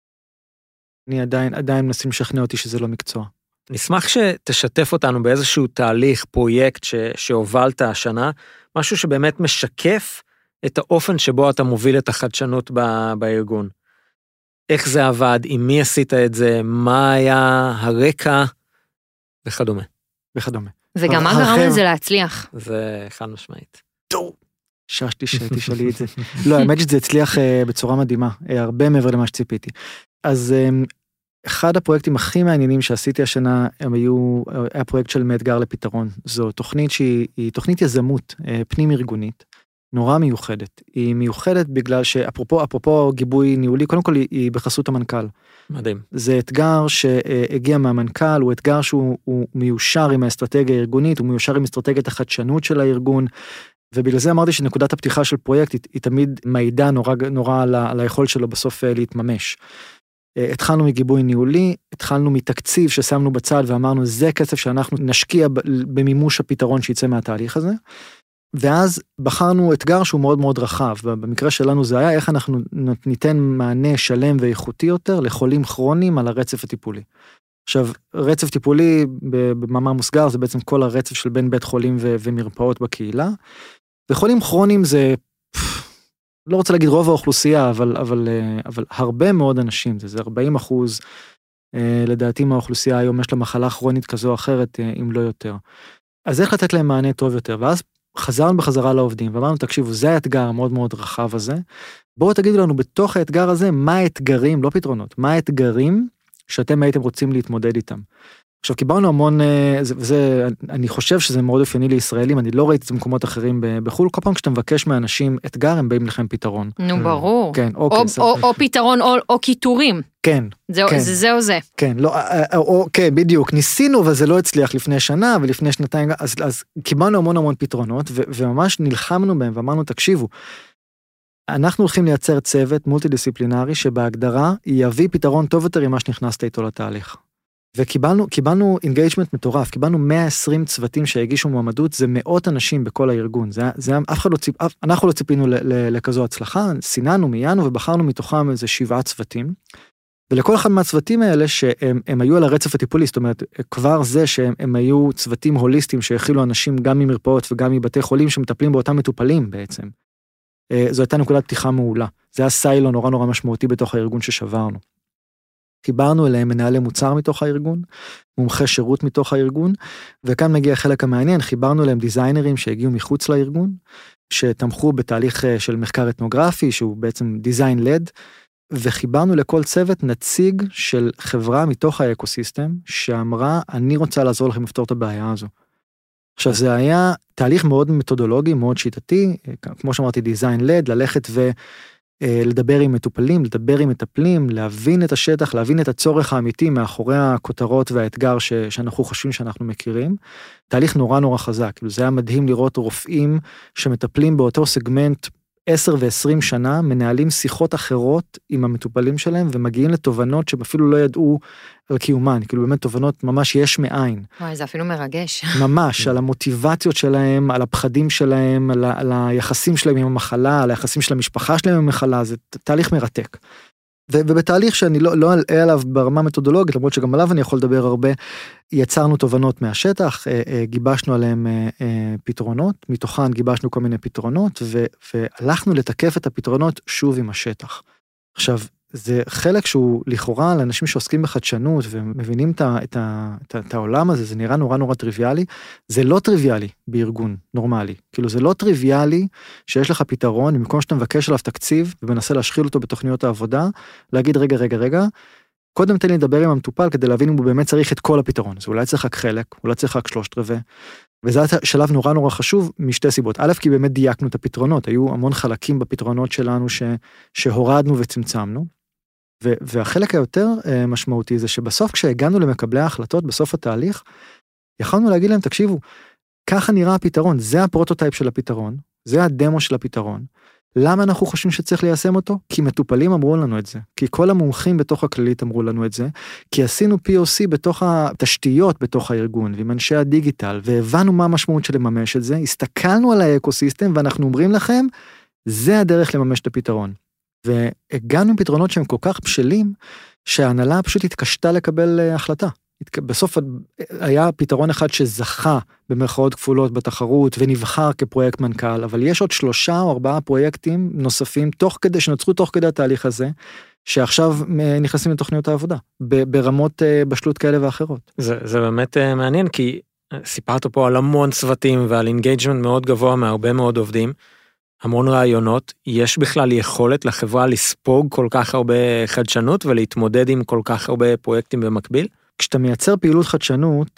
אני עדיין, עדיין מנסים לשכנע אותי שזה לא מקצוע. נשמח שתשתף אותנו באיזשהו תהליך, פרויקט ש, שהובלת השנה, משהו שבאמת משקף את האופן שבו אתה מוביל את החדשנות ב, בארגון. איך זה עבד, עם מי עשית את זה, מה היה הרקע, וכדומה. וכדומה. וגם מה גרם לזה להצליח. זה חד משמעית. טוב. ששתי שתשאלי את זה. לא, האמת שזה הצליח בצורה מדהימה, הרבה מעבר למה שציפיתי. אז אחד הפרויקטים הכי מעניינים שעשיתי השנה, הם היו, היה פרויקט של מאתגר לפתרון. זו תוכנית שהיא תוכנית יזמות פנים ארגונית, נורא מיוחדת. היא מיוחדת בגלל שאפרופו, אפרופו גיבוי ניהולי, קודם כל היא בחסות המנכ"ל. מדהים. זה אתגר שהגיע מהמנכ"ל, הוא אתגר שהוא מיושר עם האסטרטגיה הארגונית, הוא מיושר עם אסטרטגיית החדשנות של הארגון, ובגלל זה אמרתי שנקודת הפתיחה של פרויקט היא, היא תמיד מעידה נורא, נורא על, על היכולת שלו בסוף להתממש. התחלנו מגיבוי ניהולי, התחלנו מתקציב ששמנו בצד ואמרנו זה כסף שאנחנו נשקיע במימוש הפתרון שיצא מהתהליך הזה, ואז בחרנו אתגר שהוא מאוד מאוד רחב, במקרה שלנו זה היה איך אנחנו ניתן מענה שלם ואיכותי יותר לחולים כרוניים על הרצף הטיפולי. עכשיו, רצף טיפולי במאמר מוסגר זה בעצם כל הרצף של בין בית חולים ו- ומרפאות בקהילה, וחולים כרוניים זה, לא רוצה להגיד רוב האוכלוסייה, אבל, אבל, אבל הרבה מאוד אנשים, זה, זה ארבעים אחוז, לדעתי מהאוכלוסייה היום יש לה מחלה כרונית כזו או אחרת, אם לא יותר. אז איך לתת להם מענה טוב יותר? ואז חזרנו בחזרה לעובדים, ואמרנו, תקשיבו, זה האתגר המאוד מאוד רחב הזה, בואו תגידו לנו בתוך האתגר הזה, מה האתגרים, לא פתרונות, מה האתגרים שאתם הייתם רוצים להתמודד איתם. עכשיו, קיבלנו המון, זה, וזה, אני חושב שזה מאוד אופייני לישראלים, אני לא ראיתי את זה במקומות אחרים בחו"ל, כל פעם כשאתה מבקש מאנשים אתגר, הם באים לכם פתרון. נו, ברור. כן, או, אוקיי. או, או פתרון, או, או קיטורים. כן. זה, כן. זה, זה או זה. כן, לא, או, כן, בדיוק, ניסינו, אבל זה לא הצליח לפני שנה, ולפני שנתיים, אז, אז קיבלנו המון המון פתרונות, ו, וממש נלחמנו בהם, ואמרנו, תקשיבו, אנחנו הולכים לייצר צוות מולטי-דיסציפלינרי, שבהגדרה יביא פתרון טוב יותר עם מה שנכנסת איתו לתהליך. וקיבלנו, קיבלנו אינגייג'מנט מטורף, קיבלנו מאה ועשרים צוותים שהגישו מועמדות, זה מאות אנשים בכל הארגון, זה, זה, אף אחד לא ציפ, אנחנו לא ציפינו ל, ל, לכזו הצלחה, סיננו, מיינו ובחרנו מתוכם איזה שבעה צוותים, ולכל אחד מהצוותים האלה שהם הם היו על הרצף הטיפולי, זאת אומרת, כבר זה שהם הם היו צוותים הוליסטיים שהכילו אנשים גם ממרפאות וגם מבתי חולים שמטפלים באותם מטופלים בעצם. זו הייתה נקודת פתיחה מעולה, זה היה סיילו נורא נורא משמעותי בתוך הארגון ששברנו. חיברנו אליהם מנהלי מוצר מתוך הארגון, מומחי שירות מתוך הארגון, וכאן מגיע החלק המעניין, חיברנו אליהם דיזיינרים שהגיעו מחוץ לארגון, שתמכו בתהליך של מחקר אתנוגרפי, שהוא בעצם דיזיין לד, וחיברנו לכל צוות נציג של חברה מתוך האקוסיסטם, שאמרה, אני רוצה לעזור לכם לפתור את הבעיה הזו. עכשיו זה היה תהליך מאוד מתודולוגי, מאוד שיטתי, כמו שאמרתי דיזיין לד, ללכת ו... לדבר עם מטופלים, לדבר עם מטפלים, להבין את השטח, להבין את הצורך האמיתי מאחורי הכותרות והאתגר ש, שאנחנו חושבים שאנחנו מכירים. תהליך נורא נורא חזק, כאילו זה היה מדהים לראות רופאים שמטפלים באותו סגמנט עשר ועשרים שנה מנהלים שיחות אחרות עם המטופלים שלהם, ומגיעים לתובנות שהם אפילו לא ידעו על קיומן, כאילו באמת תובנות ממש יש מאין. וואי, זה אפילו מרגש. ממש, על המוטיבציות שלהם, על הפחדים שלהם, על, ה- על היחסים שלהם עם המחלה, על היחסים של המשפחה שלהם עם המחלה, זה תהליך מרתק. ו- ובתהליך שאני לא, לא אלאה עליו ברמה מתודולוגית, למרות שגם עליו אני יכול לדבר הרבה, יצרנו תובנות מהשטח, גיבשנו עליהם פתרונות, מתוכן גיבשנו כל מיני פתרונות, ו- והלכנו לתקף את הפתרונות שוב עם השטח. עכשיו, זה חלק שהוא לכאורה לאנשים שעוסקים בחדשנות, ומבינים את, ה- את, ה- את, ה- את העולם הזה, זה נראה נורא נורא טריוויאלי, זה לא טריוויאלי בארגון נורמלי, כאילו זה לא טריוויאלי שיש לך פתרון, במקום שאתה מבקש עליו תקציב, ומנסה להשחיל אותו בתוכניות העבודה, להגיד רגע רגע רגע, קודם תן לי לדבר עם המטופל, כדי להבין אם הוא באמת צריך את כל הפתרון, אז אולי צריך רק חלק, אולי צריך רק שלושת רבעי, וזה שלב נורא נורא חשוב משתי סיבות, א', כי באמת דייקנו את הפתרונות, היו המון חלקים בפתרונות שלנו ש, שהורדנו וצמצמנו, ו, והחלק היותר משמעותי זה שבסוף כשהגענו למקבלי ההחלטות, בסוף התהליך, יכולנו להגיד להם, תקשיבו, ככה נראה הפתרון, זה הפרוטוטייפ של הפתרון, זה הדמו של הפתרון, למה אנחנו חושבים שצריך ליישם אותו? כי מטופלים אמרו לנו את זה, כי כל המומחים בתוך הכללית אמרו לנו את זה, כי עשינו פי או סי בתוך התשתיות בתוך הארגון, ועם אנשי הדיגיטל, והבנו מה המשמעות של לממש את זה, הסתכלנו על האקוסיסטם, ואנחנו אומרים לכם, זה הדרך לממש את הפתרון. והגענו עם פתרונות שהם כל כך בשלים, שההנהלה פשוט התקשתה לקבל החלטה. בסוף היה פתרון אחד שזכה במרכאות כפולות בתחרות ונבחר כפרויקט מנכ"ל, אבל יש עוד שלושה או ארבעה פרויקטים נוספים תוך כדי, שנוצרו תוך כדי התהליך הזה, שעכשיו נכנסים לתוכניות העבודה, ברמות בשלות כאלה ואחרות. זה, זה באמת מעניין, כי סיפרת פה על המון צוותים ועל אינגייג'מנט מאוד גבוה מהרבה מאוד עובדים, המון רעיונות, יש בכלל יכולת לחברה לספוג כל כך הרבה חדשנות ולהתמודד עם כל כך הרבה פרויקטים במקביל? כשאתה מייצר פעילות חדשנות,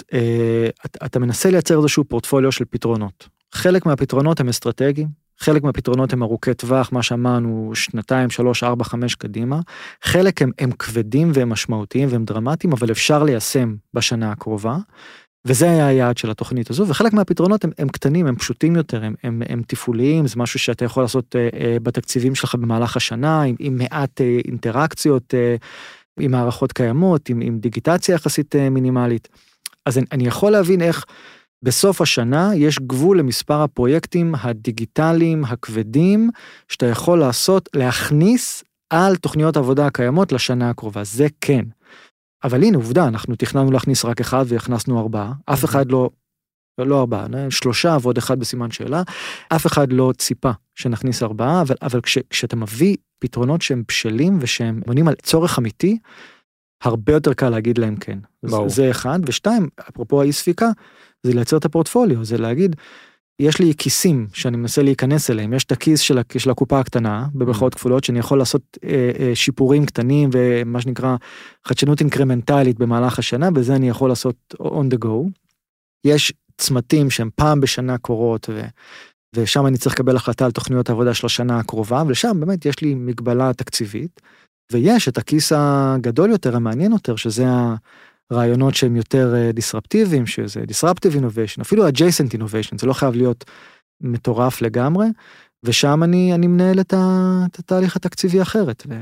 אתה מנסה לייצר איזשהו פורטפוליו של פתרונות. חלק מהפתרונות הם אסטרטגיים, חלק מהפתרונות הם ארוכי טווח, מה שאמרנו, שנתיים, שלוש, ארבע, חמש קדימה. חלק הם, הם כבדים והם משמעותיים והם דרמטיים, אבל אפשר ליישם בשנה הקרובה. וזה היה היעד של התוכנית הזו, וחלק מהפתרונות הם, הם קטנים, הם פשוטים יותר, הם, הם, הם טיפוליים, זה משהו שאתה יכול לעשות אה, אה, בתקציבים שלך במהלך השנה, עם, עם מעט אה, אינטראקציות, אה, עם מערכות קיימות, עם, עם דיגיטציה יחסית אה, מינימלית. אז אני, אני יכול להבין איך בסוף השנה יש גבול למספר הפרויקטים הדיגיטליים, הכבדים, שאתה יכול לעשות, להכניס על תוכניות העבודה הקיימות לשנה הקרובה, זה כן. אבל הנה, עובדה, אנחנו תכננו להכניס רק אחד והכנסנו ארבעה, אף אחד לא, לא ארבעה, שלושה ועוד אחד בסימן שאלה, אף אחד לא ציפה שנכניס ארבעה, אבל, אבל כש, כשאתה מביא פתרונות שהם בשלים ושהם מונים על צורך אמיתי, הרבה יותר קל להגיד להם כן. זה, זה אחד, ושתיים, אפרופו האי ספיקה, זה לייצר את הפורטפוליו, זה להגיד, יש לי כיסים שאני מנסה להיכנס אליהם, יש את הכיס של, של הקופה הקטנה, במרכאות כפולות, שאני יכול לעשות אה, אה, שיפורים קטנים, ומה שנקרא חדשנות אינקרמנטלית במהלך השנה, בזה אני יכול לעשות on the go. יש צמתים שהם פעם בשנה קורות, ו, ושם אני צריך לקבל החלטה על תוכניות העבודה של השנה הקרובה, ולשם באמת יש לי מגבלה תקציבית, ויש את הכיס הגדול יותר, המעניין יותר, שזה ה... רעיונות שהם יותר דיסרפטיביים, שזה disruptive innovation, אפילו adjacent innovation, זה לא חייב להיות מטורף לגמרי, ושם אני, אני מנהל את, ה, את התהליך התקציבי אחרת, ו,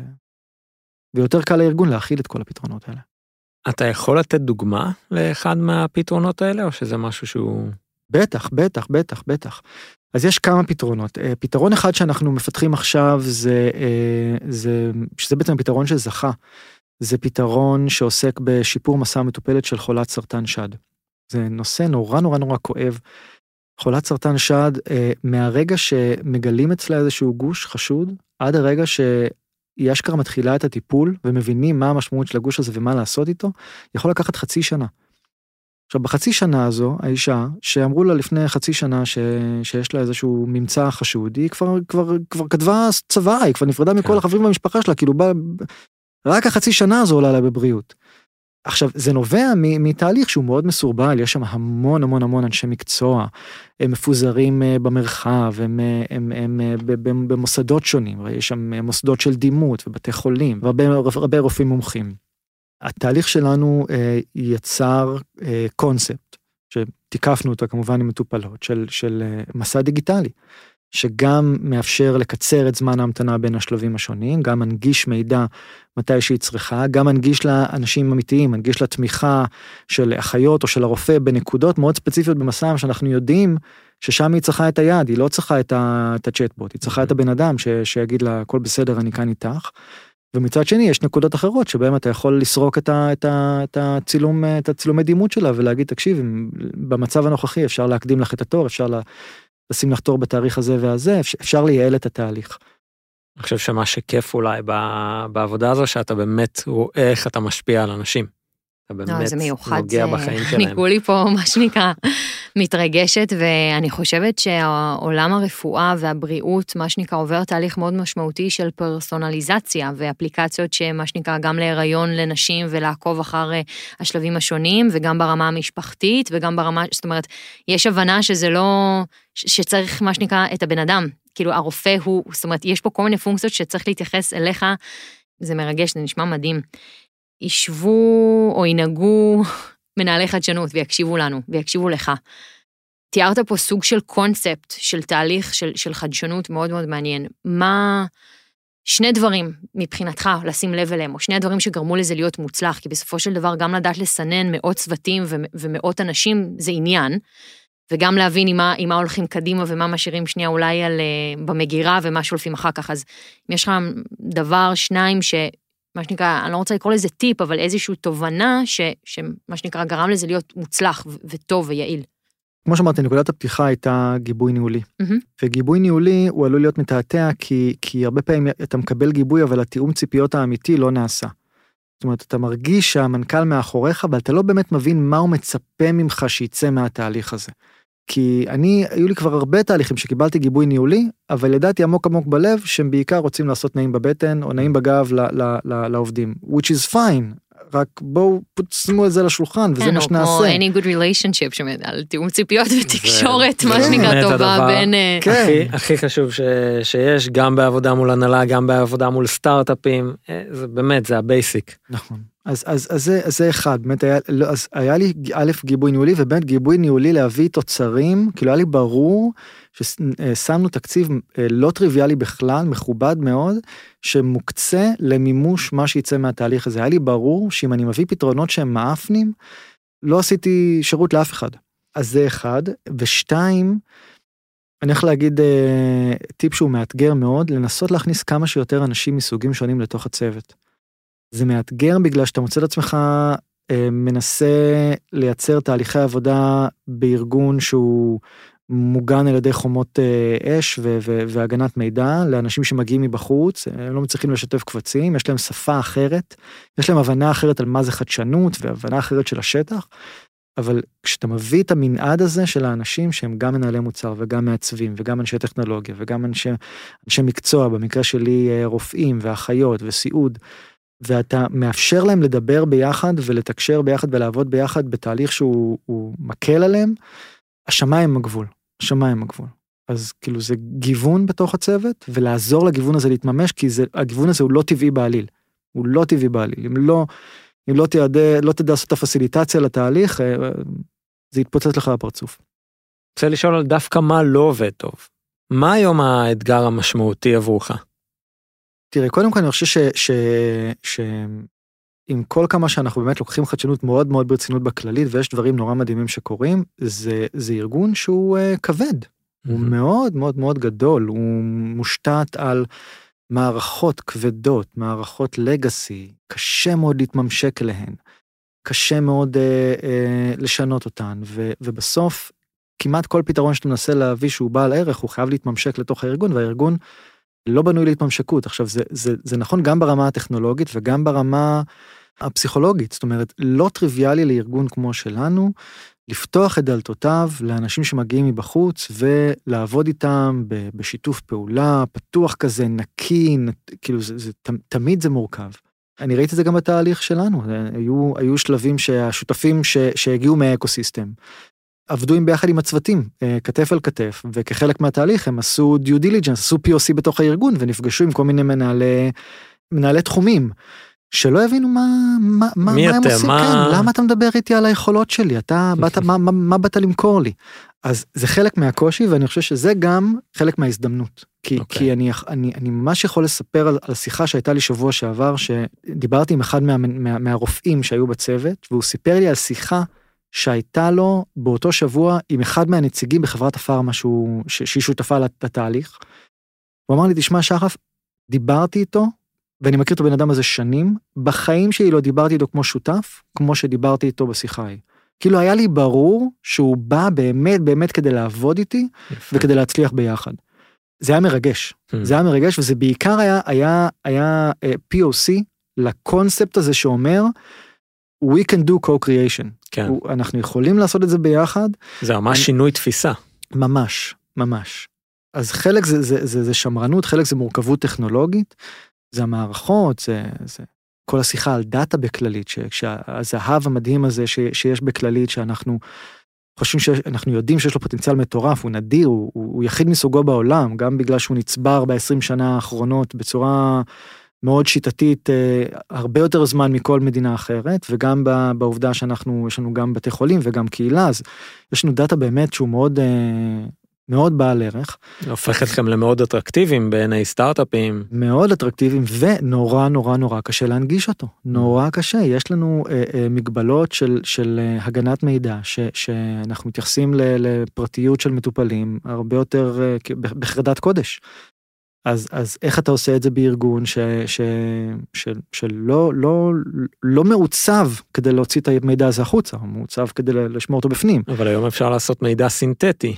ויותר קל לארגון להכיל את כל הפתרונות האלה. אתה יכול לתת דוגמה לאחד מהפתרונות האלה, או שזה משהו שהוא... בטח, בטח, בטח, בטח. אז יש כמה פתרונות. פתרון אחד שאנחנו מפתחים עכשיו, זה, זה, שזה בעצם פתרון שזכה, זה פתרון שעוסק בשיפור מסע המטופלת של חולת סרטן שד. זה נושא נורא נורא נורא כואב. חולת סרטן שד, מהרגע שמגלים אצלה איזשהו גוש חשוד, עד הרגע שהיא אשכרה מתחילה את הטיפול, ומבינים מה המשמעות של הגוש הזה ומה לעשות איתו, יכול לקחת חצי שנה. עכשיו, בחצי שנה הזו, האישה, שאמרו לה לפני חצי שנה ש... שיש לה איזשהו ממצא חשוד, היא כבר, כבר, כבר כתבה צבא, היא כבר נפרדה מכל החברים במשפחה שלה, כאילו בא... רק החצי שנה הזו עולה לה בבריאות. עכשיו, זה נובע מתהליך שהוא מאוד מסורבל, יש שם המון המון המון אנשי מקצוע, הם מפוזרים במרחב, הם, הם, הם, הם במוסדות שונים, יש שם מוסדות של דימות ובתי חולים, והרבה הרבה רופאים מומחים. התהליך שלנו יצר קונספט, שתיקפנו אותה כמובן עם מטופלות, של, של מסע דיגיטלי, שגם מאפשר לקצר את זמן ההמתנה בין השלבים השונים, גם מנגיש מידע מתי שהיא צריכה, גם מנגיש לאנשים אמיתיים, מנגיש לתמיכה של אחיות או של הרופא בנקודות מאוד ספציפיות במסע, שאנחנו יודעים ששם היא צריכה את היד, היא לא צריכה את הצ'אטבוט, היא צריכה את הבן אדם ש, שיגיד לה, הכל בסדר, אני כאן איתך. ומצד שני, יש נקודות אחרות שבהם אתה יכול לסרוק את, ה, את, ה, את, הצילום, את הצילומי דימות שלה, ולהגיד, תקשיב, במצב הנוכחי אפשר להקדים לך את התור, אפשר לה, לשים לך תור בתאריך הזה והזה, אפשר לייעל את התהליך. אני חושב שמה שכיף אולי בעבודה הזו, שאתה באמת רואה איך אתה משפיע על אנשים. אתה באמת נוגע בחיים שלהם. אני כולי פה, מה שנקרא, מתרגשת, ואני חושבת שהעולם הרפואה והבריאות, מה שנקרא, עובר תהליך מאוד משמעותי של פרסונליזציה, ואפליקציות שמה שנקרא גם להיריון לנשים, ולעקוב אחר השלבים השונים, וגם ברמה המשפחתית, וגם ברמה, זאת אומרת, יש הבנה שזה לא, שצריך מה שנקרא את הבן אדם, כאילו הרופא הוא, זאת אומרת, יש פה כל מיני פונקציות שצריך להתייחס אליך, זה מרגש, זה נשמע מדהים. ישבו או ינהגו מנהלי חדשנות ויקשיבו לנו, ויקשיבו לך. תיארת פה סוג של קונספט, של תהליך, של, של חדשנות מאוד מאוד מעניין. מה, שני דברים מבחינתך לשים לב אליהם, או שני הדברים שגרמו לזה להיות מוצלח, כי בסופו של דבר גם לדעת לסנן מאות צוותים ו, ומאות אנשים זה עניין, וגם להבין עם מה, עם מה הולכים קדימה ומה משאירים שנייה אולי על, במגירה ומה שולפים אחר כך. אז אם יש לך דבר, שניים ש... מה שנקרא, אני לא רוצה לקרוא לזה טיפ, אבל איזושהי תובנה ש, שמה שנקרא גרם לזה להיות מוצלח וטוב ויעיל. כמו שאמרתי, נקודת הפתיחה הייתה גיבוי ניהולי. Mm-hmm. וגיבוי ניהולי הוא עלול להיות מתעתע, כי, כי הרבה פעמים אתה מקבל גיבוי, אבל התיאום ציפיות האמיתי לא נעשה. זאת אומרת, אתה מרגיש שהמנכ"ל מאחוריך, אבל אתה לא באמת מבין מה הוא מצפה ממך שיצא מהתהליך הזה. כי אני, היו לי כבר הרבה תהליכים שקיבלתי גיבוי ניהולי, אבל ידעתי עמוק עמוק בלב, שהם בעיקר רוצים לעשות נעים בבטן, או נעים בגב ל- ל- ל- לעובדים. which is fine, רק בואו שימו את זה לשולחן, וזה מה שנעשה. כמו any good relationship, שאומרת, על תיאום ציפיות ותקשורת, מה שנקרא טובה בין... הכי חשוב שיש, גם בעבודה מול הנהלה, גם בעבודה מול סטארט-אפים, זה באמת, זה הבייסיק. נכון. אז, אז, אז, זה, אז זה אחד, באמת היה, לא, אז היה לי א' גיבוי ניהולי, ובאמת גיבוי ניהולי להביא תוצרים, כאילו היה לי ברור ששמנו תקציב לא טריוויאלי בכלל, מכובד מאוד, שמוקצה למימוש מה שיצא מהתהליך הזה. היה לי ברור שאם אני מביא פתרונות שהם מאפנים, לא עשיתי שירות לאף אחד. אז זה אחד, ושתיים, אני הולך להגיד טיפ שהוא מאתגר מאוד, לנסות להכניס כמה שיותר אנשים מסוגים שונים לתוך הצוות. זה מאתגר בגלל שאתה מוצא לעצמך אה, מנסה לייצר תהליכי עבודה בארגון שהוא מוגן על ידי חומות אה, אש ו- ו- והגנת מידע, לאנשים שמגיעים מבחוץ, הם לא מצליחים לשתף קבצים, יש להם שפה אחרת, יש להם הבנה אחרת על מה זה חדשנות והבנה אחרת של השטח, אבל כשאתה מביא את המנעד הזה של האנשים שהם גם מנהלי מוצר וגם מעצבים וגם אנשי טכנולוגיה וגם אנשי, אנשי מקצוע, במקרה שלי אה, רופאים ואחיות וסיעוד, ואתה מאפשר להם לדבר ביחד ולתקשר ביחד ולעבוד ביחד בתהליך שהוא מקל עליהם, השמיים הגבול, השמיים הגבול. אז כאילו זה גיוון בתוך הצוות, ולעזור לגיוון הזה להתממש, כי זה, הגיוון הזה הוא לא טבעי בעליל. הוא לא טבעי בעליל. אם לא, אם לא תדע, לא תדע לעשות את הפסיליטציה לתהליך, זה יתפוצץ לך בפרצוף. רוצה לשאול על דווקא מה לא עובד טוב. מה היום האתגר המשמעותי עבורך? תראה, קודם כל אני חושב ש, ש, ש, עם כל כמה שאנחנו באמת לוקחים חדשנות מאוד מאוד ברצינות בכללית, ויש דברים נורא מדהימים שקורים, זה, זה ארגון שהוא uh, כבד. Mm-hmm. הוא מאוד מאוד מאוד גדול, הוא מושתת על מערכות כבדות, מערכות לגאסי, קשה מאוד להתממשק אליהן, קשה מאוד uh, uh, לשנות אותן, ו, ובסוף, כמעט כל פתרון שאתה מנסה להביא שהוא בעל ערך, הוא חייב להתממשק לתוך הארגון, והארגון לא בנוי להתממשקות. עכשיו, זה, זה, זה נכון גם ברמה הטכנולוגית וגם ברמה הפסיכולוגית. זאת אומרת, לא טריוויאלי לארגון כמו שלנו, לפתוח את דלתותיו לאנשים שמגיעים מבחוץ, ולעבוד איתם בשיתוף פעולה, פתוח כזה, נקי, כאילו, זה, זה, תמיד זה מורכב. אני ראיתי את זה גם בתהליך שלנו. היו, היו שלבים שהשותפים ש, שהגיעו מהאקוסיסטם, עבדו עם ביחד עם הצוותים, כתף על כתף, וכחלק מהתהליך הם עשו דיו דיליג'נס, עשו פי או סי בתוך הארגון, ונפגשו עם כל מיני מנהלי, מנהלי תחומים, שלא הבינו מה, מה, מה, מה הם עושים, מה... כן, למה אתה מדבר איתי על היכולות שלי, אתה, באת, מה, מה, מה באת למכור לי? אז זה חלק מהקושי, ואני חושב שזה גם חלק מההזדמנות. כי, okay. כי אני, אני, אני ממש יכול לספר על, על שיחה שהייתה לי שבוע שעבר, שדיברתי עם אחד מה, מה, מהרופאים שהיו בצוות, והוא סיפר לי על שיחה שהייתה לו באותו שבוע עם אחד מהנציגים בחברת הפארמה שהוא, שהיא שותפה לתהליך. הוא אמר לי, תשמע שחף, דיברתי איתו, ואני מכיר את הבן אדם הזה שנים, בחיים שלי לא דיברתי איתו כמו שותף, כמו שדיברתי איתו בשיחה ההיא. כאילו היה לי ברור שהוא בא באמת באמת כדי לעבוד איתי, יפה. וכדי להצליח ביחד. זה היה מרגש, hmm. זה היה מרגש, וזה בעיקר היה, היה, היה פי או סי לקונספט הזה שאומר, we can do co-creation. כן. אנחנו יכולים לעשות את זה ביחד. זה ממש אני... שינוי תפיסה. ממש, ממש. אז חלק זה, זה, זה, זה שמרנות, חלק זה מורכבות טכנולוגית, זה המערכות, זה, זה כל השיחה על דאטה בכללית, שהזהב המדהים הזה ש, שיש בכללית, שאנחנו חושבים שאנחנו יודעים שיש לו פוטנציאל מטורף, הוא נדיר, הוא, הוא יחיד מסוגו בעולם, גם בגלל שהוא נצבר ב-עשרים שנה האחרונות, בצורה מאוד שיטתית, הרבה יותר זמן מכל מדינה אחרת, וגם בעובדה שאנחנו, יש לנו גם בתי חולים וגם קהילה, אז יש לנו דאטה באמת שהוא מאוד... מאוד בעל ערך. הופך אתכם למאוד אטרקטיביים בעיני סטארט-אפים. מאוד אטרקטיביים, ונורא נורא נורא קשה להנגיש אותו. נורא קשה. יש לנו אה, אה, מגבלות של, של אה, הגנת מידע, ש, שאנחנו מתייחסים לפרטיות של מטופלים, הרבה יותר אה, בחרדת קודש. אז, אז איך אתה עושה את זה בארגון ש, ש, ש, שלא לא, לא מעוצב כדי להוציא את המידע הזה החוצה, הוא מעוצב כדי לשמור אותו בפנים. אבל היום אפשר לעשות מידע סינתטי.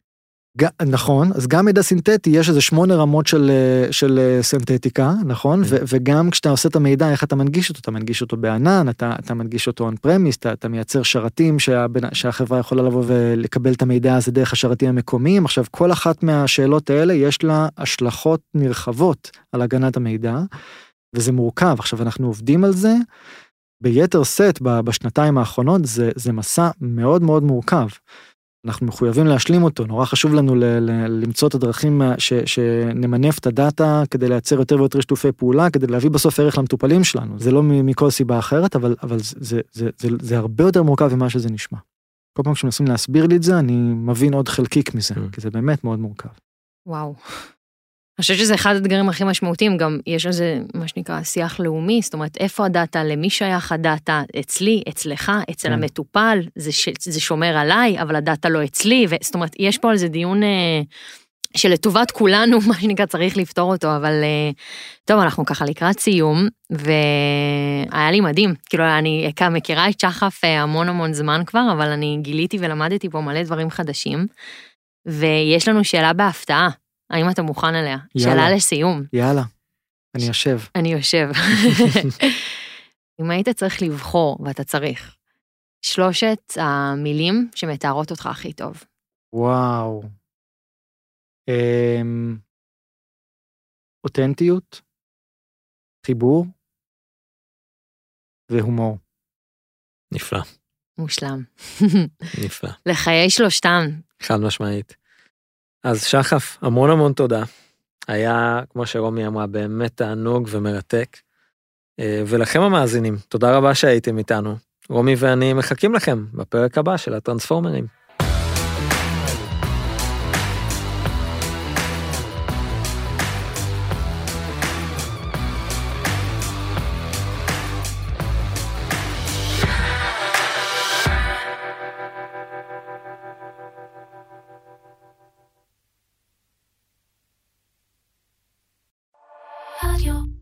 נכון, אז גם מידע סינתטי, יש איזה שמונה רמות של, של סינתטיקה, נכון? ו, וגם כשאתה עושה את המידע, איך אתה מנגיש אותו? אתה מנגיש אותו בענן, אתה, אתה מנגיש אותו on premise, אתה, אתה מייצר שרתים שהבנ, שהחברה יכולה לבוא ולקבל את המידע הזה דרך השרתים המקומיים. עכשיו, כל אחת מהשאלות האלה, יש לה השלכות נרחבות על הגנת המידע, וזה מורכב. עכשיו, אנחנו עובדים על זה, ביתר סט, בשנתיים האחרונות, זה, זה מסע מאוד מאוד מורכב. אנחנו מחויבים להשלים אותו, נורא חשוב לנו ל- ל- למצוא את הדרכים ש- שנמנף את הדאטה, כדי לייצר יותר ויותר שיתופי פעולה, כדי להביא בסוף ערך למטופלים שלנו. זה לא מכל סיבה אחרת, אבל, אבל זה, זה, זה, זה, זה הרבה יותר מורכב ממה שזה נשמע. כל פעם כשמנסים להסביר לי את זה, אני מבין עוד חלקיק מזה, כי זה באמת מאוד מורכב. וואו. אני חושבת שזה אחד הדגרים הכי משמעותיים, גם יש לזה מה שנקרא שיח לאומי, זאת אומרת, איפה הדאטה, למי שייך הדאטה, אצלי, אצלך, אצל המטופל, זה, ש, זה שומר עליי, אבל הדאטה לא אצלי, ו, זאת אומרת, יש פה על זה דיון אה, שלטובת כולנו, מה שנקרא, צריך לפתור אותו, אבל אה, טוב, אנחנו ככה לקראת סיום, והיה לי מדהים, כאילו, אני מכירה את שחף המון המון זמן כבר, אבל אני גיליתי ולמדתי פה מלא דברים חדשים, ויש לנו שאלה בהפתעה, האם אתה מוכן עליה? יאללה. שאלה לסיום. יאללה, אני יושב. אני יושב. אם היית צריך לבחור, ואתה צריך, שלושת המילים שמתארות אותך הכי טוב. וואו. אמ... אותנטיות, חיבור, והומור. נפלא. מושלם. נפלא. לחיי שלושתם. חד משמעית. אז שחף, המון המון תודה. היה, כמו שרומי אמרה, באמת תענוג ומרתק. ולכם המאזינים, תודה רבה שהייתם איתנו. רומי ואני מחכים לכם בפרק הבא של הטרנספורמרים. Radio.